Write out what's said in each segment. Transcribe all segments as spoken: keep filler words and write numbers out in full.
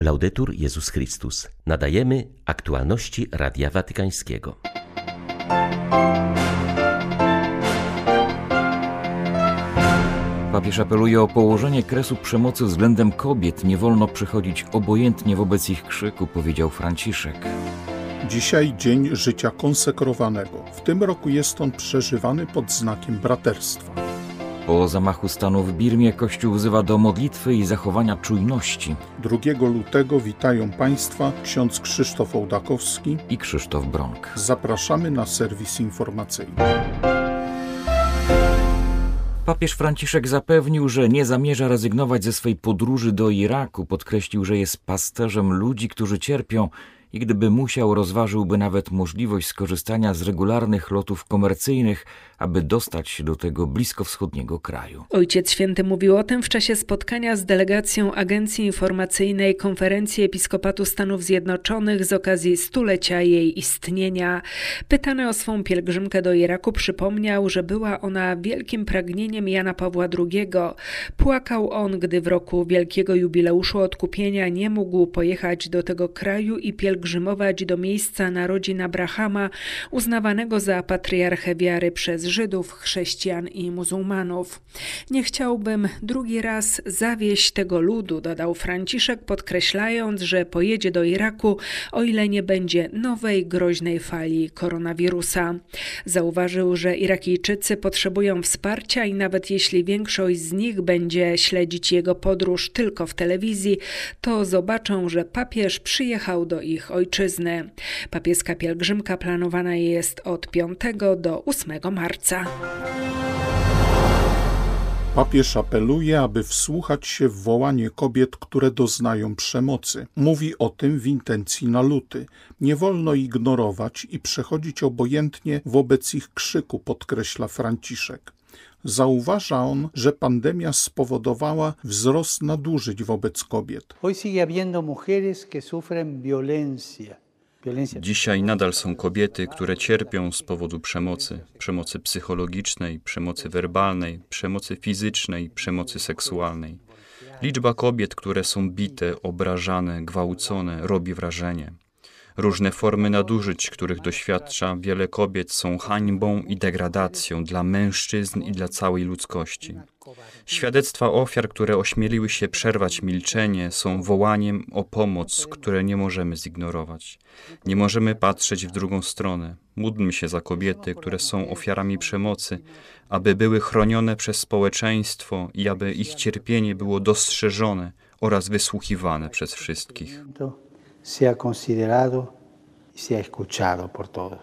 Laudetur Jezus Chrystus. Nadajemy aktualności Radia Watykańskiego. Papież apeluje o położenie kresu przemocy względem kobiet. Nie wolno przechodzić obojętnie wobec ich krzyku, powiedział Franciszek. Dzisiaj Dzień Życia Konsekrowanego. W tym roku jest on przeżywany pod znakiem braterstwa. Po zamachu stanu w Birmie Kościół wzywa do modlitwy i zachowania czujności. drugiego lutego witają Państwa ksiądz Krzysztof Ołdakowski i Krzysztof Bronk. Zapraszamy na serwis informacyjny. Papież Franciszek zapewnił, że nie zamierza rezygnować ze swej podróży do Iraku. Podkreślił, że jest pasterzem ludzi, którzy cierpią i gdyby musiał, rozważyłby nawet możliwość skorzystania z regularnych lotów komercyjnych, aby dostać się do tego bliskowschodniego kraju. Ojciec Święty mówił o tym w czasie spotkania z delegacją Agencji Informacyjnej Konferencji Episkopatu Stanów Zjednoczonych z okazji stulecia jej istnienia. Pytany o swą pielgrzymkę do Iraku, przypomniał, że była ona wielkim pragnieniem Jana Pawła drugiego. Płakał on, gdy w roku wielkiego jubileuszu odkupienia nie mógł pojechać do tego kraju i pielgrzymować do miejsca narodzin Abrahama, uznawanego za patriarchę wiary przez Żydów, chrześcijan i muzułmanów. Nie chciałbym drugi raz zawieść tego ludu, dodał Franciszek, podkreślając, że pojedzie do Iraku, o ile nie będzie nowej, groźnej fali koronawirusa. Zauważył, że Irakijczycy potrzebują wsparcia i nawet jeśli większość z nich będzie śledzić jego podróż tylko w telewizji, to zobaczą, że papież przyjechał do ich ojczyzny. Papieska pielgrzymka planowana jest od piątego do ósmego marca. Papież apeluje, aby wsłuchać się w wołanie kobiet, które doznają przemocy. Mówi o tym w intencji na luty. Nie wolno ignorować i przechodzić obojętnie wobec ich krzyku, podkreśla Franciszek. Zauważa on, że pandemia spowodowała wzrost nadużyć wobec kobiet. Dzisiaj nadal są kobiety, które cierpią z powodu przemocy. Przemocy psychologicznej, przemocy werbalnej, przemocy fizycznej, przemocy seksualnej. Liczba kobiet, które są bite, obrażane, gwałcone, robi wrażenie. Różne formy nadużyć, których doświadcza wiele kobiet, są hańbą i degradacją dla mężczyzn i dla całej ludzkości. Świadectwa ofiar, które ośmieliły się przerwać milczenie, są wołaniem o pomoc, które nie możemy zignorować. Nie możemy patrzeć w drugą stronę. Módlmy się za kobiety, które są ofiarami przemocy, aby były chronione przez społeczeństwo i aby ich cierpienie było dostrzeżone oraz wysłuchiwane przez wszystkich. sea considerado y sea escuchado por todos.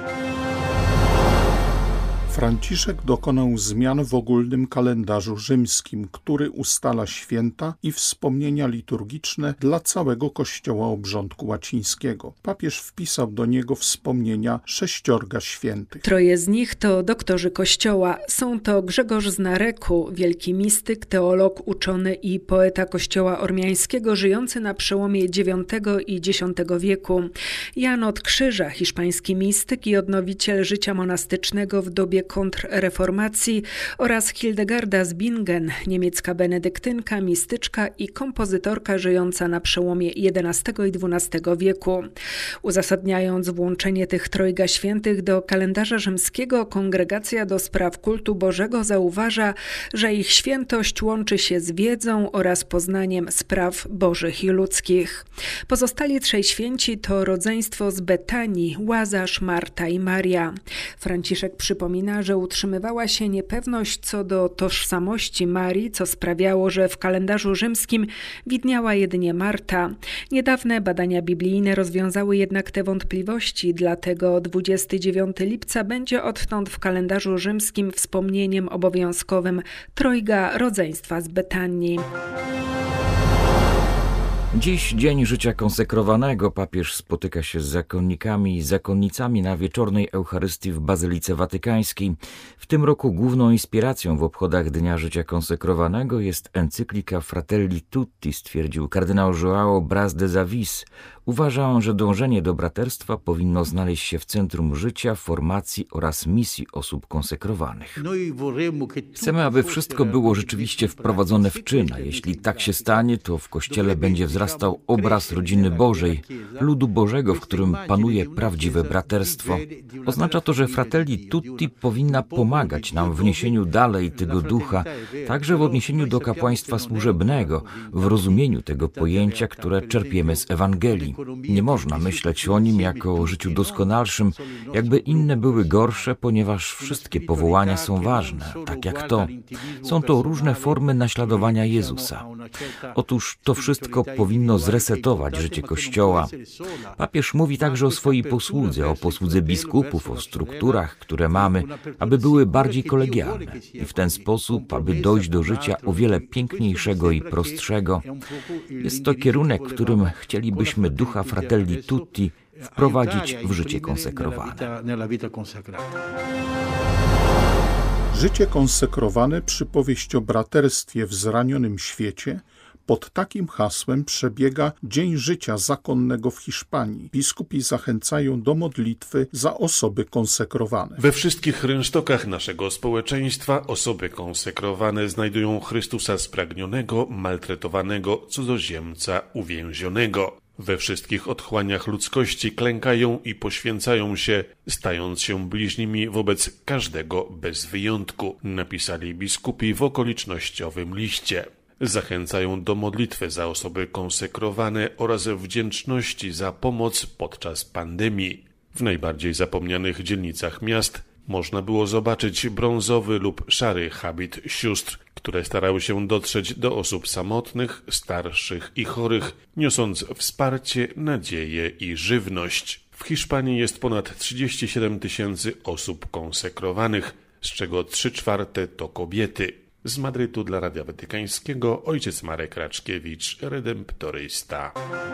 Franciszek dokonał zmian w ogólnym kalendarzu rzymskim, który ustala święta i wspomnienia liturgiczne dla całego Kościoła obrządku łacińskiego. Papież wpisał do niego wspomnienia sześciorga świętych. Troje z nich to doktorzy Kościoła. Są to Grzegorz z Nareku, wielki mistyk, teolog, uczony i poeta Kościoła ormiańskiego, żyjący na przełomie dziewiątego i dziesiątego wieku. Jan od Krzyża, hiszpański mistyk i odnowiciel życia monastycznego w dobie kontrreformacji, oraz Hildegarda z Bingen, niemiecka benedyktynka, mistyczka i kompozytorka żyjąca na przełomie jedenastego i dwunastego wieku. Uzasadniając włączenie tych trojga świętych do kalendarza rzymskiego, Kongregacja do Spraw Kultu Bożego zauważa, że ich świętość łączy się z wiedzą oraz poznaniem spraw bożych i ludzkich. Pozostali trzej święci to rodzeństwo z Betanii, Łazarz, Marta i Maria. Franciszek przypomina, że utrzymywała się niepewność co do tożsamości Marii, co sprawiało, że w kalendarzu rzymskim widniała jedynie Marta. Niedawne badania biblijne rozwiązały jednak te wątpliwości, dlatego dwudziestego dziewiątego lipca będzie odtąd w kalendarzu rzymskim wspomnieniem obowiązkowym trojga rodzeństwa z Betanii. Dziś Dzień Życia Konsekrowanego. Papież spotyka się z zakonnikami i zakonnicami na wieczornej Eucharystii w Bazylice Watykańskiej. W tym roku główną inspiracją w obchodach Dnia Życia Konsekrowanego jest encyklika Fratelli Tutti, stwierdził kardynał João Braz de Avis, Uważam, że dążenie do braterstwa powinno znaleźć się w centrum życia, formacji oraz misji osób konsekrowanych. Chcemy, aby wszystko było rzeczywiście wprowadzone w czyn, a jeśli tak się stanie, to w Kościele będzie wzrastał obraz rodziny Bożej, ludu Bożego, w którym panuje prawdziwe braterstwo. Oznacza to, że Fratelli Tutti powinna pomagać nam w niesieniu dalej tego ducha, także w odniesieniu do kapłaństwa służebnego, w rozumieniu tego pojęcia, które czerpiemy z Ewangelii. Nie można myśleć o nim jako o życiu doskonalszym, jakby inne były gorsze, ponieważ wszystkie powołania są ważne, tak jak to. Są to różne formy naśladowania Jezusa. Otóż to wszystko powinno zresetować życie Kościoła. Papież mówi także o swojej posłudze, o posłudze biskupów, o strukturach, które mamy, aby były bardziej kolegialne i w ten sposób, aby dojść do życia o wiele piękniejszego i prostszego. Jest to kierunek, w którym chcielibyśmy ducha Fratelli Tutti wprowadzić w życie konsekrowane. Życie konsekrowane, przypowieść o braterstwie w zranionym świecie. Pod takim hasłem przebiega Dzień Życia Zakonnego w Hiszpanii. Biskupi zachęcają do modlitwy za osoby konsekrowane. We wszystkich rynsztokach naszego społeczeństwa osoby konsekrowane znajdują Chrystusa spragnionego, maltretowanego, cudzoziemca, uwięzionego. We wszystkich otchłaniach ludzkości klękają i poświęcają się, stając się bliźnimi wobec każdego bez wyjątku, napisali biskupi w okolicznościowym liście. Zachęcają do modlitwy za osoby konsekrowane oraz wdzięczności za pomoc podczas pandemii. W najbardziej zapomnianych dzielnicach miast można było zobaczyć brązowy lub szary habit sióstr, które starały się dotrzeć do osób samotnych, starszych i chorych, niosąc wsparcie, nadzieję i żywność. W Hiszpanii jest ponad trzydzieści siedem tysięcy osób konsekrowanych, z czego trzy czwarte to kobiety. Z Madrytu dla Radia Watykańskiego ojciec Marek Raczkiewicz, redemptorysta.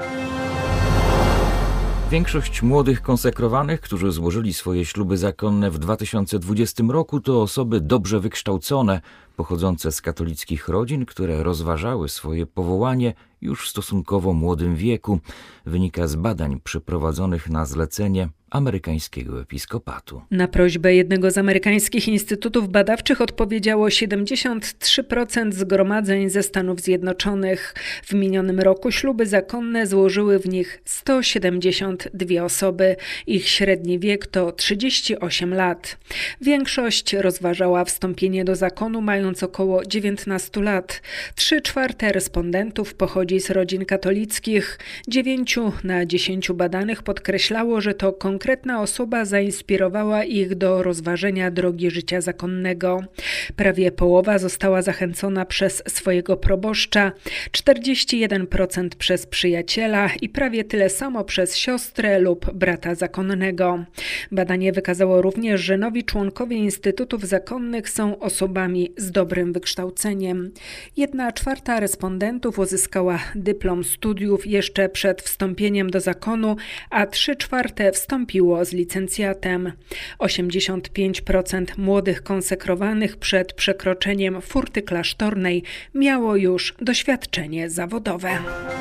Większość młodych konsekrowanych, którzy złożyli swoje śluby zakonne w dwa tysiące dwudziestym roku, to osoby dobrze wykształcone, pochodzące z katolickich rodzin, które rozważały swoje powołanie już w stosunkowo młodym wieku, wynika z badań przeprowadzonych na zlecenie amerykańskiego episkopatu. Na prośbę jednego z amerykańskich instytutów badawczych odpowiedziało siedemdziesiąt trzy procent zgromadzeń ze Stanów Zjednoczonych. W minionym roku śluby zakonne złożyły w nich sto siedemdziesiąt dwie osoby. Ich średni wiek to trzydzieści osiem lat. Większość rozważała wstąpienie do zakonu mając około dziewiętnaście lat. Trzy czwarte respondentów pochodzi z rodzin katolickich. Dziewięciu na dziesięciu badanych podkreślało, że to konkretna osoba zainspirowała ich do rozważenia drogi życia zakonnego. Prawie połowa została zachęcona przez swojego proboszcza, czterdzieści jeden procent przez przyjaciela i prawie tyle samo przez siostrę lub brata zakonnego. Badanie wykazało również, że nowi członkowie instytutów zakonnych są osobami z dobrym wykształceniem. Jedna czwarta respondentów uzyskała dyplom studiów jeszcze przed wstąpieniem do zakonu, a trzy czwarte wstąpiło z licencjatem. osiemdziesiąt pięć procent młodych konsekrowanych przed przekroczeniem furty klasztornej miało już doświadczenie zawodowe.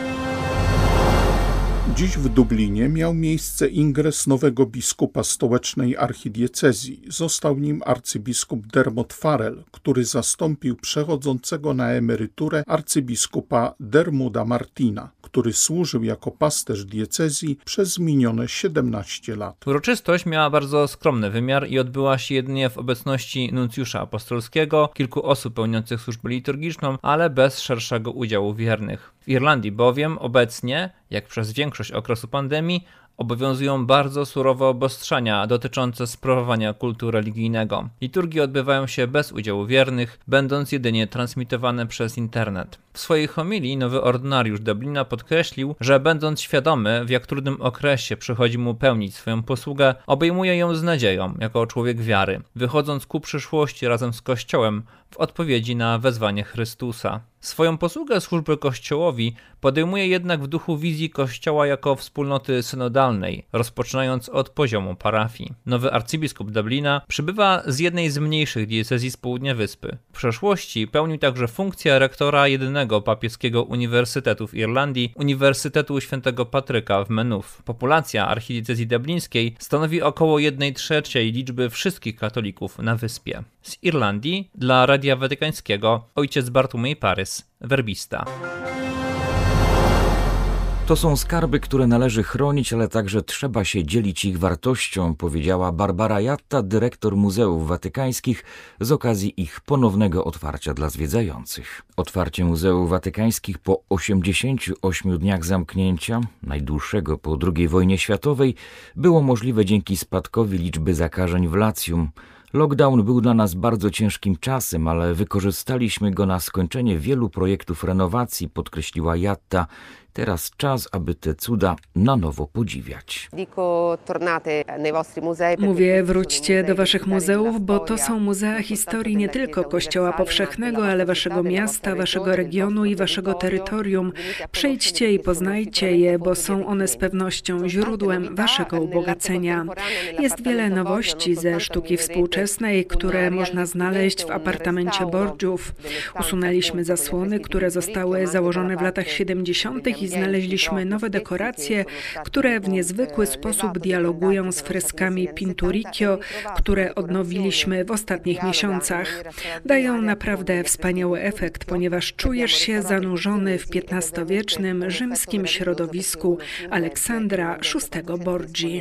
Dziś w Dublinie miał miejsce ingres nowego biskupa stołecznej archidiecezji. Został nim arcybiskup Dermot Farrell, który zastąpił przechodzącego na emeryturę arcybiskupa Dermuda Martina, który służył jako pasterz diecezji przez minione siedemnaście lat. Uroczystość miała bardzo skromny wymiar i odbyła się jedynie w obecności nuncjusza apostolskiego, kilku osób pełniących służbę liturgiczną, ale bez szerszego udziału wiernych. W Irlandii bowiem obecnie, jak przez większość okresu pandemii, obowiązują bardzo surowe obostrzenia dotyczące sprawowania kultu religijnego. Liturgie odbywają się bez udziału wiernych, będąc jedynie transmitowane przez internet. W swojej homilii nowy ordynariusz Dublina podkreślił, że będąc świadomy, w jak trudnym okresie przychodzi mu pełnić swoją posługę, obejmuje ją z nadzieją, jako człowiek wiary, wychodząc ku przyszłości razem z Kościołem w odpowiedzi na wezwanie Chrystusa. Swoją posługę służby Kościołowi podejmuje jednak w duchu wizji Kościoła jako wspólnoty synodalnej, lokalnej, rozpoczynając od poziomu parafii. Nowy arcybiskup Dublina przybywa z jednej z mniejszych diecezji z południa wyspy. W przeszłości pełnił także funkcję rektora jedynego papieskiego uniwersytetu w Irlandii, Uniwersytetu Świętego Patryka w Maynooth. Populacja archidiecezji dublińskiej stanowi około jednej trzeciej liczby wszystkich katolików na wyspie. Z Irlandii dla Radia Watykańskiego ojciec Bartłomiej Parys, werbista. To są skarby, które należy chronić, ale także trzeba się dzielić ich wartością, powiedziała Barbara Jatta, dyrektor Muzeów Watykańskich, z okazji ich ponownego otwarcia dla zwiedzających. Otwarcie Muzeów Watykańskich po osiemdziesięciu ośmiu dniach zamknięcia, najdłuższego po drugiej wojnie światowej, było możliwe dzięki spadkowi liczby zakażeń w Lacjum. Lockdown był dla nas bardzo ciężkim czasem, ale wykorzystaliśmy go na skończenie wielu projektów renowacji, podkreśliła Jatta. Teraz czas, aby te cuda na nowo podziwiać. Mówię, wróćcie do waszych muzeów, bo to są muzea historii nie tylko Kościoła Powszechnego, ale waszego miasta, waszego regionu i waszego terytorium. Przyjdźcie i poznajcie je, bo są one z pewnością źródłem waszego ubogacenia. Jest wiele nowości ze sztuki współczesnej, które można znaleźć w apartamencie Borgiów. Usunęliśmy zasłony, które zostały założone w latach siedemdziesiątych i znaleźliśmy nowe dekoracje, które w niezwykły sposób dialogują z freskami Pinturicchio, które odnowiliśmy w ostatnich miesiącach. Dają naprawdę wspaniały efekt, ponieważ czujesz się zanurzony w piętnastowiecznym rzymskim środowisku Aleksandra szóstego Borgi.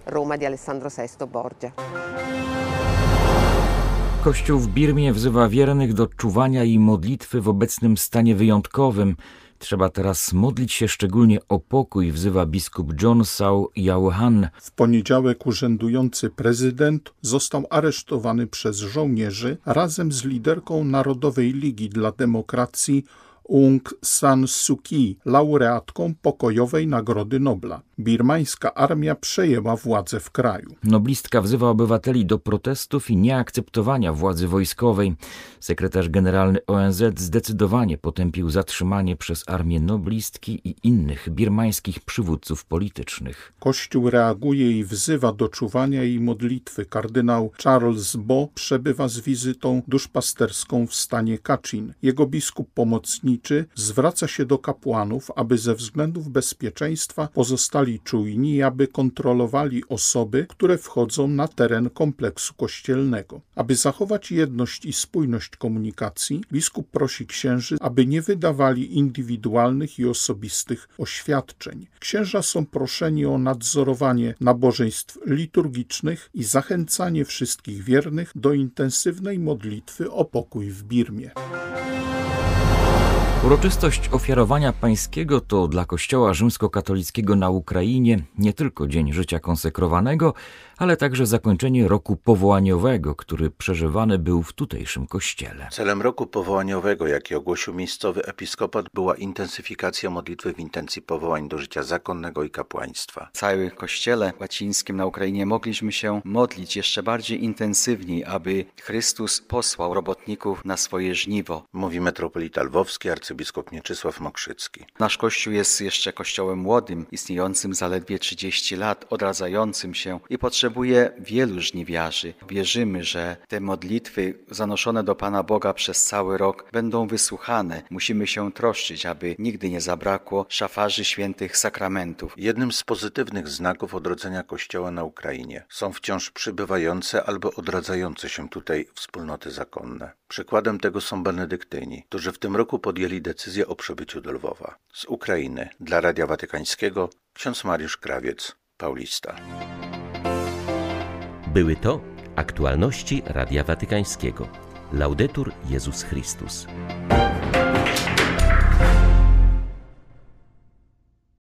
Kościół w Birmie wzywa wiernych do czuwania i modlitwy w obecnym stanie wyjątkowym. Trzeba teraz modlić się szczególnie o pokój, wzywa biskup John Sau Yao-han. W poniedziałek urzędujący prezydent został aresztowany przez żołnierzy razem z liderką Narodowej Ligi dla Demokracji Aung San Suu Kyi, laureatką pokojowej Nagrody Nobla. Birmańska armia przejęła władzę w kraju. Noblistka wzywa obywateli do protestów i nieakceptowania władzy wojskowej. Sekretarz generalny O N Z zdecydowanie potępił zatrzymanie przez armię noblistki i innych birmańskich przywódców politycznych. Kościół reaguje i wzywa do czuwania i modlitwy. Kardynał Charles Bo przebywa z wizytą duszpasterską w stanie Kachin. Jego biskup pomocniczy zwraca się do kapłanów, aby ze względów bezpieczeństwa pozostali czujni i aby kontrolowali osoby, które wchodzą na teren kompleksu kościelnego. Aby zachować jedność i spójność komunikacji, biskup prosi księży, aby nie wydawali indywidualnych i osobistych oświadczeń. Księża są proszeni o nadzorowanie nabożeństw liturgicznych i zachęcanie wszystkich wiernych do intensywnej modlitwy o pokój w Birmie. Uroczystość ofiarowania pańskiego to dla Kościoła rzymskokatolickiego na Ukrainie nie tylko dzień życia konsekrowanego, ale także zakończenie roku powołaniowego, który przeżywany był w tutejszym kościele. Celem roku powołaniowego, jaki ogłosił miejscowy episkopat, była intensyfikacja modlitwy w intencji powołań do życia zakonnego i kapłaństwa. W całym kościele łacińskim na Ukrainie mogliśmy się modlić jeszcze bardziej intensywniej, aby Chrystus posłał robotników na swoje żniwo. Mówi metropolita lwowski, arcybiskup Mieczysław Mokrzycki. Nasz kościół jest jeszcze kościołem młodym, istniejącym zaledwie trzydzieści lat, odradzającym się i potrzebuje wielu żniwiarzy. Wierzymy, że te modlitwy zanoszone do Pana Boga przez cały rok będą wysłuchane. Musimy się troszczyć, aby nigdy nie zabrakło szafarzy świętych sakramentów. Jednym z pozytywnych znaków odrodzenia Kościoła na Ukrainie są wciąż przybywające albo odradzające się tutaj wspólnoty zakonne. Przykładem tego są benedyktyni, którzy w tym roku podjęli decyzję o przybyciu do Lwowa. Z Ukrainy dla Radia Watykańskiego ksiądz Mariusz Krawiec, Paulista. Były to aktualności Radia Watykańskiego. Laudetur Jezus Chrystus.